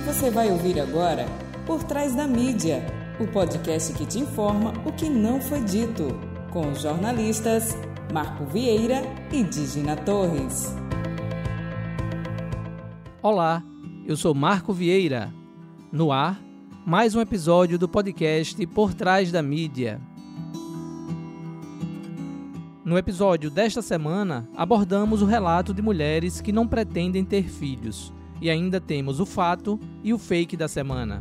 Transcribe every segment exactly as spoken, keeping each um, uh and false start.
Você vai ouvir agora Por Trás da Mídia, o podcast que te informa o que não foi dito, com os jornalistas Marco Vieira e Digina Torres. Olá, eu sou Marco Vieira. No ar, mais um episódio do podcast Por Trás da Mídia. No episódio desta semana, abordamos o relato de mulheres que não pretendem ter filhos. E ainda temos o fato e o fake da semana.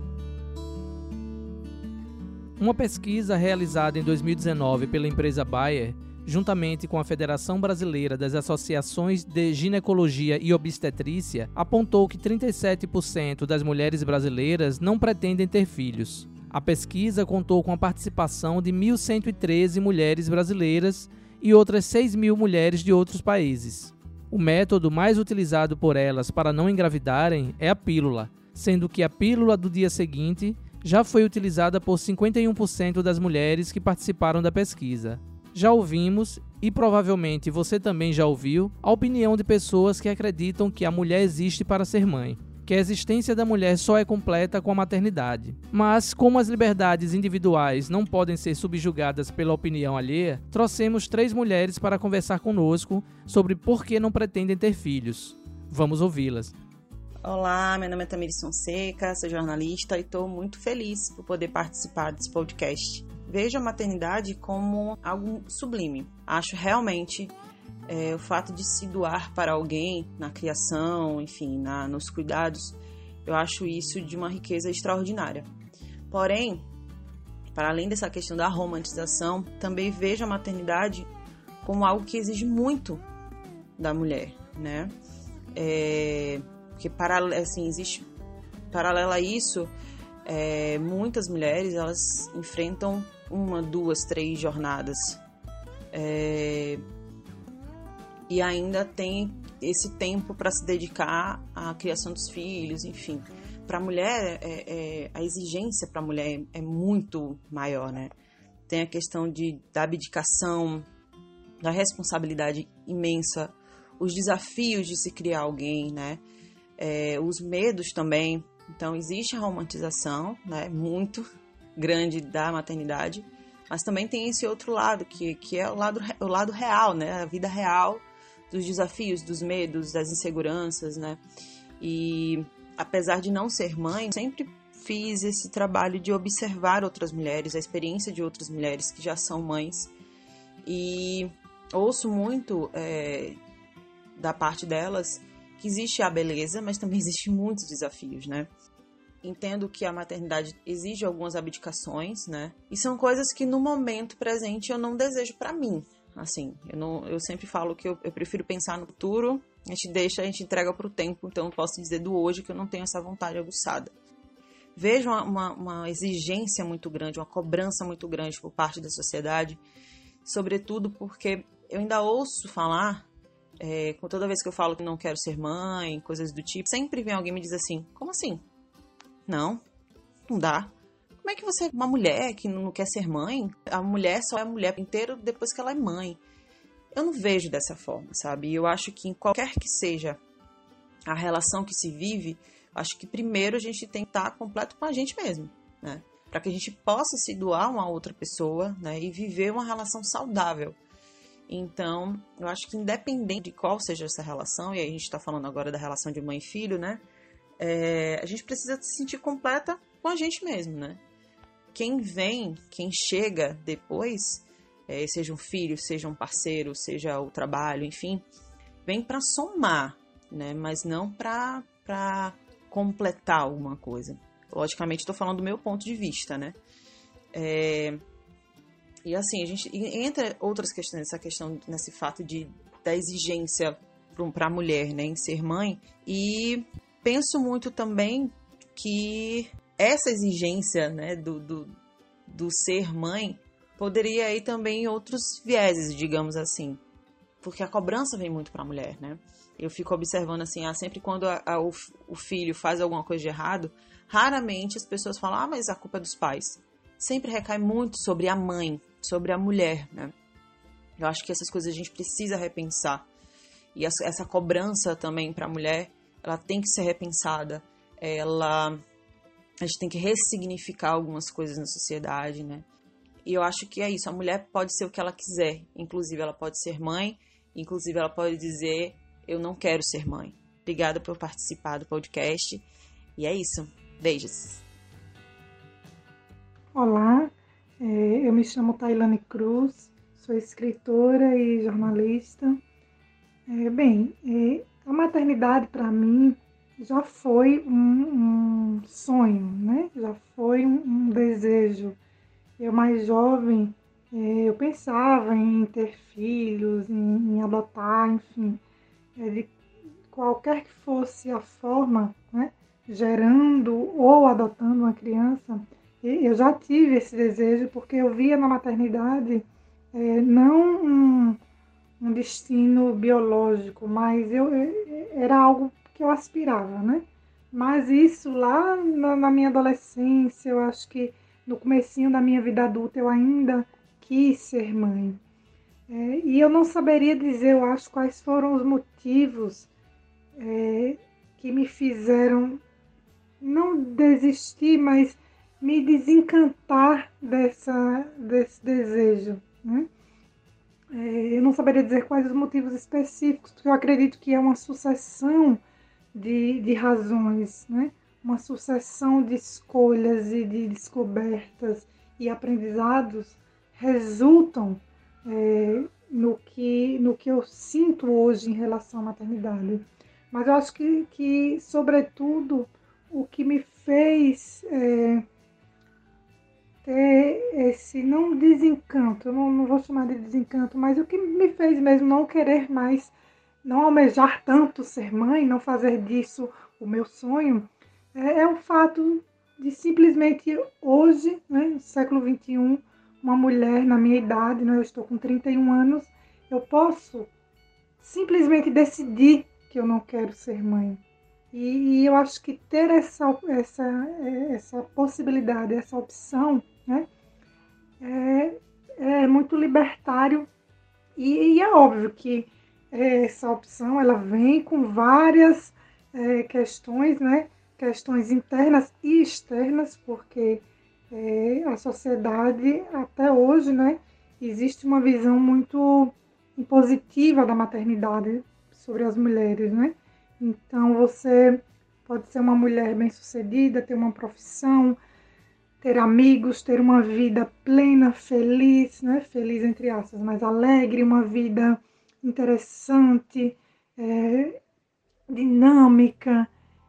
Uma pesquisa realizada em dois mil e dezenove pela empresa Bayer, juntamente com a Federação Brasileira das Associações de Ginecologia e Obstetrícia, apontou que trinta e sete por cento das mulheres brasileiras não pretendem ter filhos. A pesquisa contou com a participação de mil cento e treze mulheres brasileiras e outras seis mil mulheres de outros países. O método mais utilizado por elas para não engravidarem é a pílula, sendo que a pílula do dia seguinte já foi utilizada por cinquenta e um por cento das mulheres que participaram da pesquisa. Já ouvimos, e provavelmente você também já ouviu, a opinião de pessoas que acreditam que a mulher existe para ser mãe, que a existência da mulher só é completa com a maternidade. Mas, como as liberdades individuais não podem ser subjugadas pela opinião alheia, trouxemos três mulheres para conversar conosco sobre por que não pretendem ter filhos. Vamos ouvi-las. Olá, meu nome é Tamires Fonseca, sou jornalista e estou muito feliz por poder participar desse podcast. Vejo a maternidade como algo sublime. Acho realmente É, o fato de se doar para alguém na criação, enfim, na, nos cuidados, eu acho isso de uma riqueza extraordinária. Porém, para além dessa questão da romantização, também vejo a maternidade como algo que exige muito da mulher, né? É, porque para, assim, existe, paralelo a isso, é, muitas mulheres elas enfrentam uma, duas, três jornadas. É, E ainda tem esse tempo para se dedicar à criação dos filhos, enfim. Para a mulher, é, é, a exigência para a mulher é muito maior, né? Tem a questão de, da abdicação, da responsabilidade imensa, os desafios de se criar alguém, né? É, os medos também. Então, existe a romantização, né? Muito grande da maternidade, mas também tem esse outro lado, que, que é o lado, o lado real, né? A vida real, dos desafios, dos medos, das inseguranças, né? E apesar de não ser mãe, sempre fiz esse trabalho de observar outras mulheres, a experiência de outras mulheres que já são mães, e ouço muito é, da parte delas que existe a beleza, mas também existe muitos desafios, né? Entendo que a maternidade exige algumas abdicações, né? E são coisas que no momento presente eu não desejo para mim. Assim, eu, não, eu sempre falo que eu, eu prefiro pensar no futuro, a gente deixa, a gente entrega para o tempo, então eu posso dizer do hoje que eu não tenho essa vontade aguçada. Vejo uma, uma, uma exigência muito grande, uma cobrança muito grande por parte da sociedade, sobretudo porque eu ainda ouço falar, é, com toda vez que eu falo que não quero ser mãe, coisas do tipo, sempre vem alguém me diz assim, como assim? Não, não dá. Como é que você é uma mulher que não quer ser mãe? A mulher só é mulher inteira depois que ela é mãe. Eu não vejo dessa forma, sabe? Eu acho que em qualquer que seja a relação que se vive, acho que primeiro a gente tem que estar completo com a gente mesmo, né? Para que a gente possa se doar a uma outra pessoa, né? E viver uma relação saudável. Então, eu acho que independente de qual seja essa relação, e aí a gente está falando agora da relação de mãe e filho, né? É, a gente precisa se sentir completa com a gente mesmo, né? Quem vem, quem chega depois, é, seja um filho, seja um parceiro, seja o trabalho, enfim, vem para somar, né? Mas não para para completar alguma coisa. Logicamente, estou falando do meu ponto de vista, né? É, e assim, a gente entra outras questões, essa questão nesse fato de, da exigência para a mulher, né, em ser mãe, e penso muito também que essa exigência, né, do, do, do ser mãe poderia ir também em outros vieses, digamos assim, porque a cobrança vem muito para a mulher, né? Eu fico observando assim, ah, sempre quando a, a, o, o filho faz alguma coisa de errado, raramente as pessoas falam, ah, mas a culpa é dos pais. Sempre recai muito sobre a mãe, sobre a mulher, né? Eu acho que essas coisas a gente precisa repensar. E essa, essa cobrança também para a mulher, ela tem que ser repensada. ela... A gente tem que ressignificar algumas coisas na sociedade, né? E eu acho que é isso. A mulher pode ser o que ela quiser. Inclusive, ela pode ser mãe. Inclusive, ela pode dizer, eu não quero ser mãe. Obrigada por participar do podcast. E é isso. Beijos. Olá, eu me chamo Tailane Cruz. Sou escritora e jornalista. Bem, a maternidade, para mim, já foi um, um sonho, né? Já foi um, um desejo. Eu, mais jovem, eu pensava em ter filhos, em, em adotar, enfim, de qualquer que fosse a forma, né? Gerando ou adotando uma criança, eu já tive esse desejo porque eu via na maternidade é, não um, um destino biológico, mas eu, era algo que eu aspirava, né? Mas isso lá na, na minha adolescência, eu acho que no comecinho da minha vida adulta, eu ainda quis ser mãe. É, e eu não saberia dizer, eu acho, quais foram os motivos é, que me fizeram não desistir, mas me desencantar dessa, desse desejo, né? É, eu não saberia dizer quais os motivos específicos, porque eu acredito que é uma sucessão De, de razões, né? Uma sucessão de escolhas e de descobertas e aprendizados resultam é, no, que, no que eu sinto hoje em relação à maternidade. Mas eu acho que, que sobretudo, o que me fez é, ter esse, não desencanto, eu não, não vou chamar de desencanto, mas o que me fez mesmo não querer mais, não almejar tanto ser mãe, não fazer disso o meu sonho, é, é o fato de simplesmente hoje, né, no século vinte e um, uma mulher na minha idade, né, eu estou com trinta e um anos, eu posso simplesmente decidir que eu não quero ser mãe. E, e eu acho que ter essa, essa, essa possibilidade, essa opção, né, é, é muito libertário. E, e é óbvio que essa opção ela vem com várias é, questões, né? Questões internas e externas, porque é, a sociedade até hoje, né, existe uma visão muito impositiva da maternidade sobre as mulheres, né? Então você pode ser uma mulher bem-sucedida, ter uma profissão, ter amigos, ter uma vida plena, feliz, né? Feliz entre aspas, mas alegre, uma vida interessante, é, dinâmica,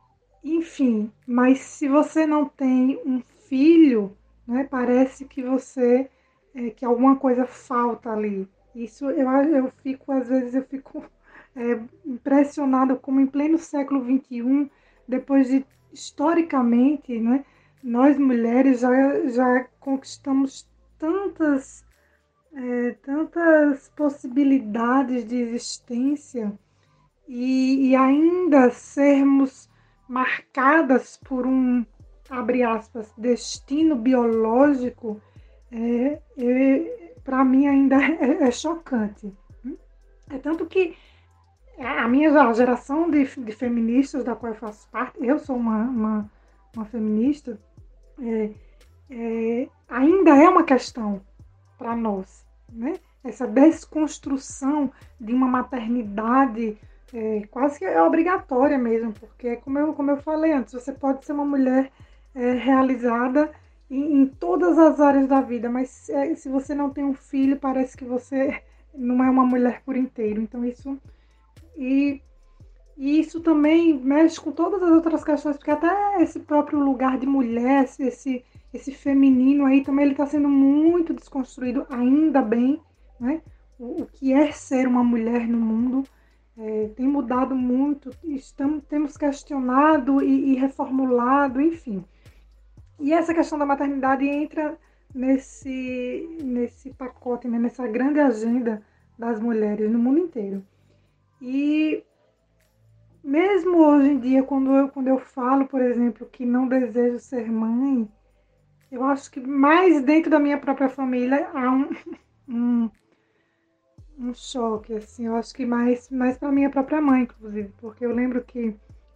enfim. Mas se você não tem um filho, né, parece que você é, que alguma coisa falta ali. Isso eu, eu fico, às vezes eu fico é, impressionada como em pleno século vinte e um, depois de, historicamente, né, nós mulheres já, já conquistamos tantas É, tantas possibilidades de existência e, e ainda sermos marcadas por um, abre aspas, destino biológico, é, é, para mim ainda é, é chocante. É tanto que a minha geração de, de feministas, da qual eu faço parte, eu sou uma, uma, uma feminista, é, é, ainda é uma questão para nós. Né? Essa desconstrução de uma maternidade é, quase que é obrigatória mesmo, porque como eu, como eu falei antes, você pode ser uma mulher é, realizada em, em todas as áreas da vida, mas é, se você não tem um filho, parece que você não é uma mulher por inteiro. Então isso e, e isso também mexe com todas as outras questões, porque até esse próprio lugar de mulher, esse Esse feminino aí também ele está sendo muito desconstruído, ainda bem, né? O, o que é ser uma mulher no mundo é, tem mudado muito, estamos, temos questionado e, e reformulado, enfim. E essa questão da maternidade entra nesse, nesse pacote, né? Nessa grande agenda das mulheres no mundo inteiro. E mesmo hoje em dia, quando eu, quando eu falo, por exemplo, que não desejo ser mãe, eu acho que mais dentro da minha própria família há um, um, um choque, assim. Eu acho que mais, mais para minha própria mãe, inclusive, porque eu lembro que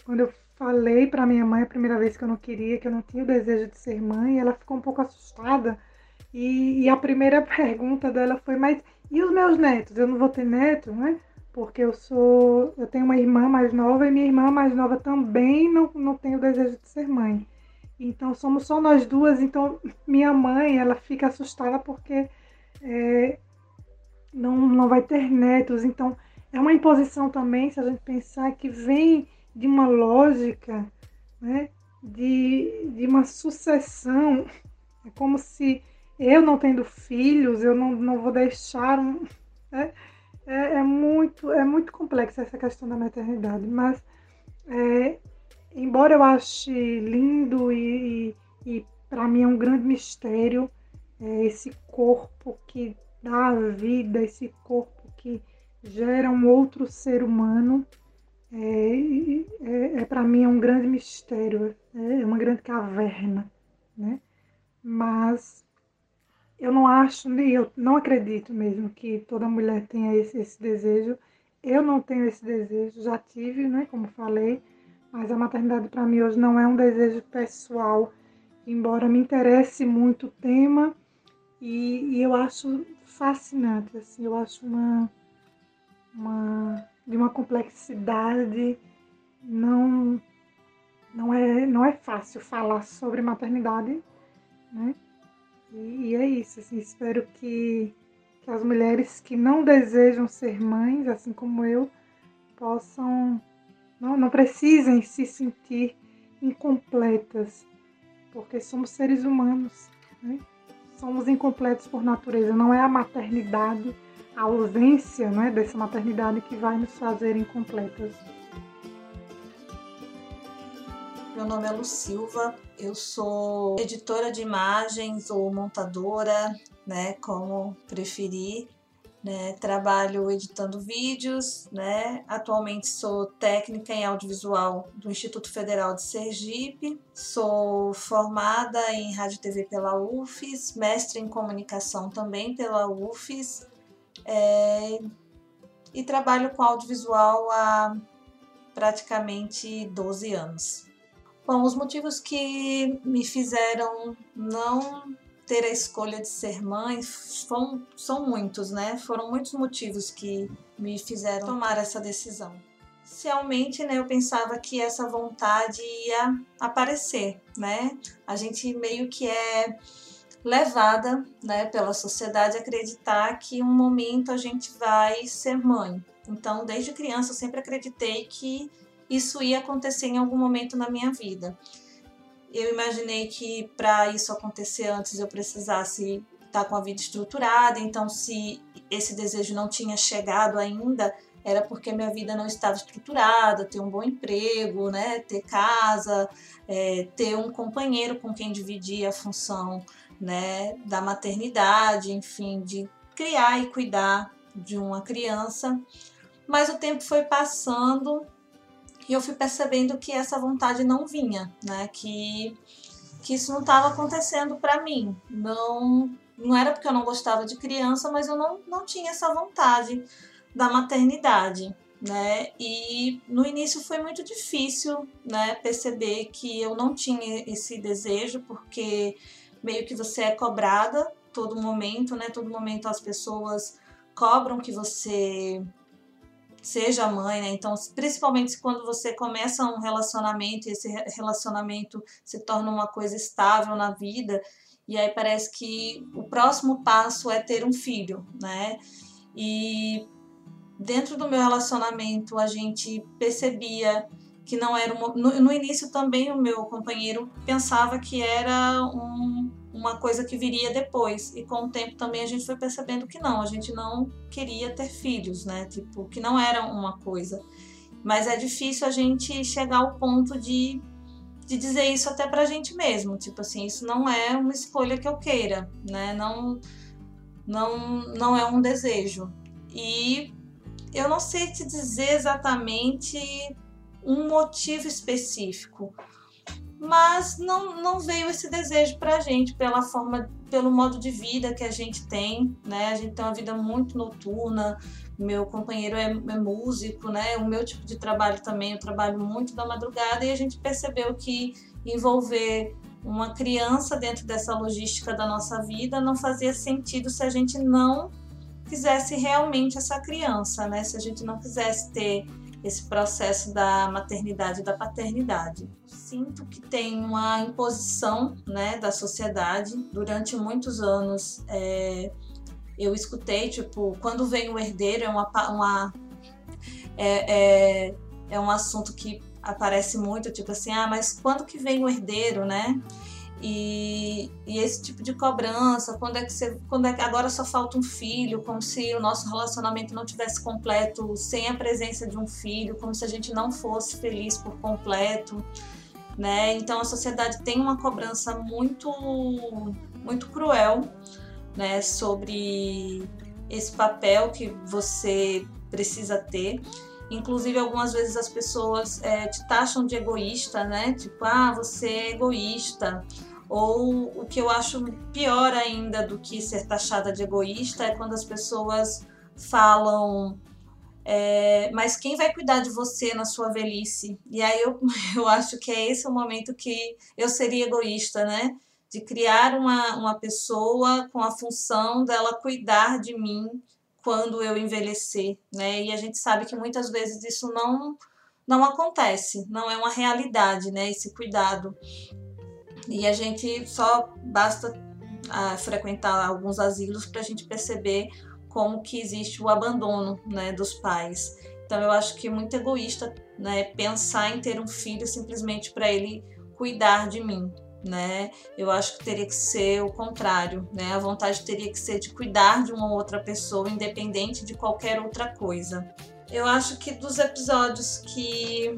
quando eu falei para minha mãe a primeira vez que eu não queria, que eu não tinha o desejo de ser mãe, ela ficou um pouco assustada. E, e a primeira pergunta dela foi, mas e os meus netos? Eu não vou ter neto, né? Porque eu sou, eu tenho uma irmã mais nova e minha irmã mais nova também não, não tem o desejo de ser mãe. Então somos só nós duas, então minha mãe, ela fica assustada porque é, não, não vai ter netos. Então é uma imposição também, se a gente pensar que vem de uma lógica, né, de, de uma sucessão. É como se eu não tendo filhos, eu não, não vou deixar um... Né? É, é, muito, é muito complexa essa questão da maternidade, mas é, embora eu ache lindo e, e, e para mim é um grande mistério é, esse corpo que dá a vida, esse corpo que gera um outro ser humano, é, é, é para mim é um grande mistério, é uma grande caverna, né? Mas eu não acho, nem eu não acredito mesmo que toda mulher tenha esse, esse desejo. Eu não tenho esse desejo, já tive, né, como falei, mas a maternidade para mim hoje não é um desejo pessoal, embora me interesse muito o tema e, e eu acho fascinante, assim, eu acho uma, uma, de uma complexidade, não, não, é, não é fácil falar sobre maternidade, né? E, e é isso, assim, espero que, que as mulheres que não desejam ser mães, assim como eu, possam, não, não precisem se sentir incompletas, porque somos seres humanos, né? Somos incompletos por natureza, não é a maternidade, a ausência, né, dessa maternidade que vai nos fazer incompletas. Meu nome é Lu Silva, eu sou editora de imagens ou montadora, né, como preferir, né, trabalho editando vídeos, né, atualmente sou técnica em audiovisual do Instituto Federal de Sergipe, sou formada em Rádio e T V pela U F E S, mestre em comunicação também pela U F E S, é, e trabalho com audiovisual há praticamente doze anos. Bom, os motivos que me fizeram não ter a escolha de ser mãe são, são muitos, né? Foram muitos motivos que me fizeram tomar essa decisão. Inicialmente, né, eu pensava que essa vontade ia aparecer, né? A gente meio que é levada, né, pela sociedade a acreditar que um momento a gente vai ser mãe. Então, desde criança, eu sempre acreditei que isso ia acontecer em algum momento na minha vida. Eu imaginei que para isso acontecer antes eu precisasse estar com a vida estruturada, então se esse desejo não tinha chegado ainda, era porque minha vida não estava estruturada, ter um bom emprego, né, ter casa, é, ter um companheiro com quem dividir a função, né, da maternidade, enfim, de criar e cuidar de uma criança. Mas o tempo foi passando e eu fui percebendo que essa vontade não vinha, né? Que, que isso não estava acontecendo para mim. Não, não era porque eu não gostava de criança, mas eu não, não tinha essa vontade da maternidade, né? E no início foi muito difícil, né, perceber que eu não tinha esse desejo, porque meio que você é cobrada todo momento, né? Todo momento as pessoas cobram que você seja mãe, né? Então, principalmente quando você começa um relacionamento e esse relacionamento se torna uma coisa estável na vida, e aí parece que o próximo passo é ter um filho, né? E dentro do meu relacionamento a gente percebia que não era uma... no, no início também o meu companheiro pensava que era um, uma coisa que viria depois, e com o tempo também a gente foi percebendo que não, a gente não queria ter filhos, né? Tipo, que não era uma coisa. Mas é difícil a gente chegar ao ponto de, de dizer isso até pra gente mesmo, tipo assim, isso não é uma escolha que eu queira, né? Não, não, não é um desejo. E eu não sei te dizer exatamente um motivo específico, mas não, não veio esse desejo para a gente, pela forma, pelo modo de vida que a gente tem, né? A gente tem uma vida muito noturna, meu companheiro é, é músico, né? O meu tipo de trabalho também, eu trabalho muito da madrugada, e a gente percebeu que envolver uma criança dentro dessa logística da nossa vida não fazia sentido se a gente não quisesse realmente essa criança, né? Se a gente não quisesse ter esse processo da maternidade e da paternidade. Sinto que tem uma imposição, né, da sociedade. Durante muitos anos é, eu escutei, tipo, quando vem o herdeiro, é, uma, uma, é, é, é um assunto que aparece muito, tipo assim, ah, mas quando que vem o herdeiro, né? E, e esse tipo de cobrança, quando é que você, quando é que agora só falta um filho, como se o nosso relacionamento não tivesse completo sem a presença de um filho, como se a gente não fosse feliz por completo, né? Então a sociedade tem uma cobrança muito, muito cruel, né, sobre esse papel que você precisa ter. Inclusive, algumas vezes as pessoas é, te taxam de egoísta, né? Tipo, ah, você é egoísta. Ou o que eu acho pior ainda do que ser taxada de egoísta é quando as pessoas falam, é, mas quem vai cuidar de você na sua velhice? E aí eu, eu acho que é esse o momento que eu seria egoísta, né? De criar uma, uma pessoa com a função dela cuidar de mim quando eu envelhecer, né? E a gente sabe que muitas vezes isso não, não acontece, não é uma realidade, né? Esse cuidado. E a gente só basta ah, frequentar alguns asilos para a gente perceber como que existe o abandono, né, dos pais. Então eu acho que é muito egoísta, né, pensar em ter um filho simplesmente para ele cuidar de mim, né? Eu acho que teria que ser o contrário, né? A vontade teria que ser de cuidar de uma outra pessoa, independente de qualquer outra coisa. Eu acho que dos episódios que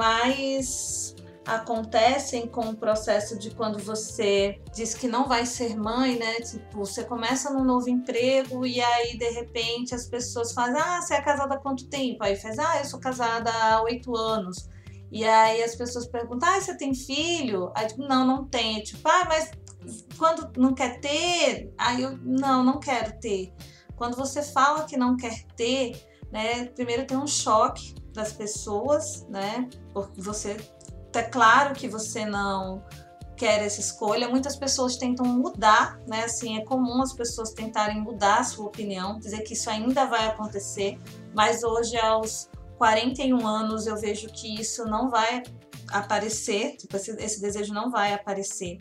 mais acontecem com o processo de quando você diz que não vai ser mãe, né? Tipo, você começa num novo emprego e aí, de repente, as pessoas fazem, ah, você é casada há quanto tempo? Aí faz, ah, eu sou casada há oito anos. E aí as pessoas perguntam, ah, você tem filho? Aí, tipo, não, não tenho. Tipo, ah, mas quando não quer ter? Aí eu, não, não quero ter. Quando você fala que não quer ter, né, primeiro tem um choque das pessoas, né, porque você, é claro que você não quer essa escolha. Muitas pessoas tentam mudar, né, assim, é comum as pessoas tentarem mudar a sua opinião, dizer que isso ainda vai acontecer, mas hoje, aos quarenta e um anos, eu vejo que isso não vai aparecer, tipo, esse, esse desejo não vai aparecer.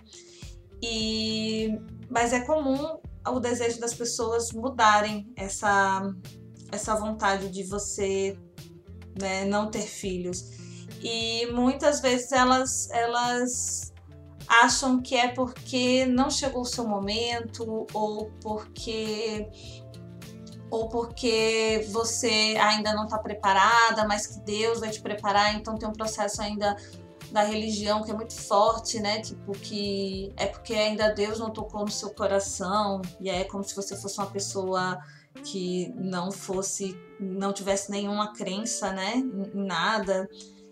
E, mas é comum o desejo das pessoas mudarem essa, essa vontade de você, né, não ter filhos. E muitas vezes elas, elas acham que é porque não chegou o seu momento, ou porque... ou porque você ainda não está preparada, mas que Deus vai te preparar, então tem um processo ainda da religião que é muito forte, né? Tipo, que é porque ainda Deus não tocou no seu coração, e é como se você fosse uma pessoa que não fosse, não tivesse nenhuma crença, né? Em nada.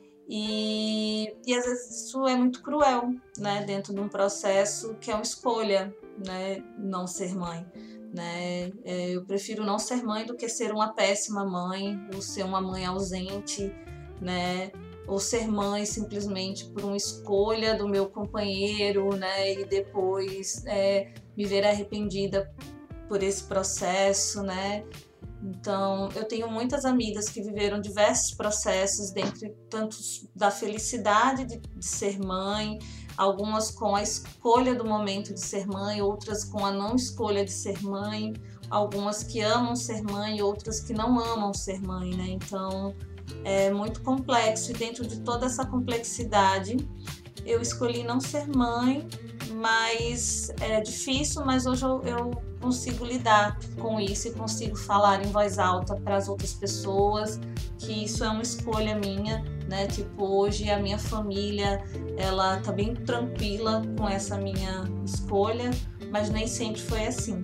E, e às vezes isso é muito cruel, né? Dentro de um processo que é uma escolha, né? Não ser mãe. Né? Eu prefiro não ser mãe do que ser uma péssima mãe, ou ser uma mãe ausente, né? Ou ser mãe simplesmente por uma escolha do meu companheiro, né? E depois é, me ver arrependida por esse processo, né? Então, eu tenho muitas amigas que viveram diversos processos, dentre tantos da felicidade de, de ser mãe, algumas com a escolha do momento de ser mãe, outras com a não escolha de ser mãe, algumas que amam ser mãe, outras que não amam ser mãe, né? Então, é muito complexo, e dentro de toda essa complexidade, eu escolhi não ser mãe, mas é difícil, mas hoje eu, eu consigo lidar com isso e consigo falar em voz alta para as outras pessoas que isso é uma escolha minha, né? Tipo, hoje a minha família, ela tá bem tranquila com essa minha escolha, mas nem sempre foi assim.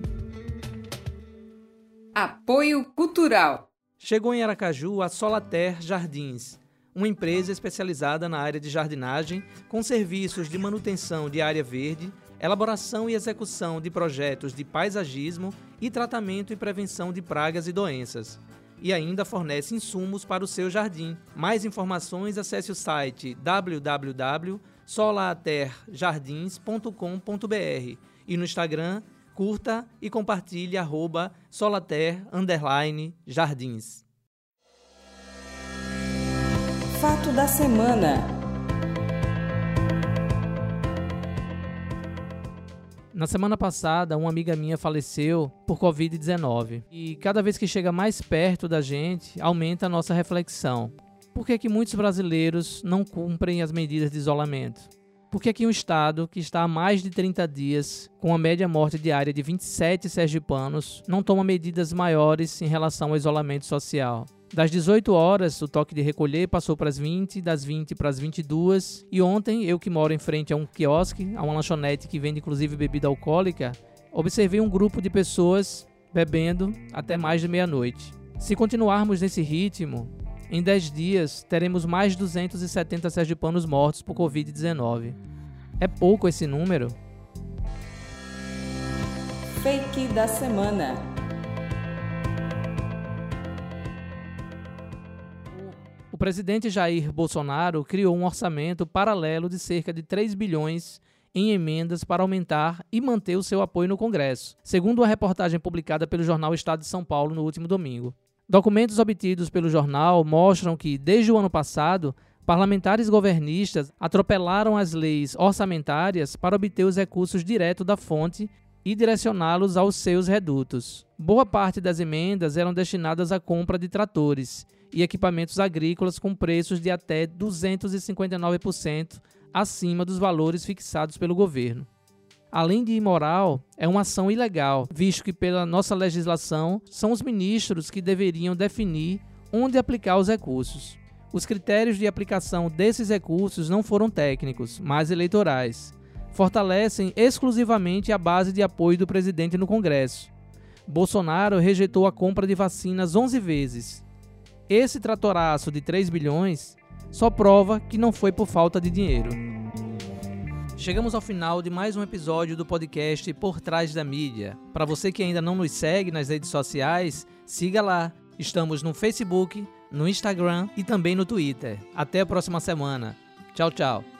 Apoio Cultural. Chegou em Aracaju a Solater Jardins, uma empresa especializada na área de jardinagem, com serviços de manutenção de área verde, elaboração e execução de projetos de paisagismo e tratamento e prevenção de pragas e doenças. E ainda fornece insumos para o seu jardim. Mais informações, acesse o site w w w ponto solater jardins ponto com ponto b r e no Instagram, curta e compartilhe arroba solater underline jardins. Fato da semana. Na semana passada, uma amiga minha faleceu por covid dezenove. E cada vez que chega mais perto da gente, aumenta a nossa reflexão. Por que que muitos brasileiros não cumprem as medidas de isolamento? Por que que um estado que está há mais de trinta dias, com a média morte diária de vinte e sete sergipanos, não toma medidas maiores em relação ao isolamento social? Das dezoito horas, o toque de recolher passou para as vinte, das vinte para as vinte e duas. E ontem, eu que moro em frente a um quiosque, a uma lanchonete que vende inclusive bebida alcoólica, observei um grupo de pessoas bebendo até mais de meia-noite. Se continuarmos nesse ritmo, em dez dias teremos mais de duzentos e setenta sergipanos mortos por covid dezenove. É pouco esse número? Fake da semana. O presidente Jair Bolsonaro criou um orçamento paralelo de cerca de três bilhões em emendas para aumentar e manter o seu apoio no Congresso, segundo uma reportagem publicada pelo jornal Estado de São Paulo no último domingo. Documentos obtidos pelo jornal mostram que, desde o ano passado, parlamentares governistas atropelaram as leis orçamentárias para obter os recursos direto da fonte e direcioná-los aos seus redutos. Boa parte das emendas eram destinadas à compra de tratores e equipamentos agrícolas com preços de até duzentos e cinquenta e nove por cento acima dos valores fixados pelo governo. Além de imoral, é uma ação ilegal, visto que pela nossa legislação são os ministros que deveriam definir onde aplicar os recursos. Os critérios de aplicação desses recursos não foram técnicos, mas eleitorais. Fortalecem exclusivamente a base de apoio do presidente no Congresso. Bolsonaro rejeitou a compra de vacinas onze vezes. Esse tratoraço de três bilhões só prova que não foi por falta de dinheiro. Chegamos ao final de mais um episódio do podcast Por Trás da Mídia. Para você que ainda não nos segue nas redes sociais, siga lá. Estamos no Facebook, no Instagram e também no Twitter. Até a próxima semana. Tchau, tchau.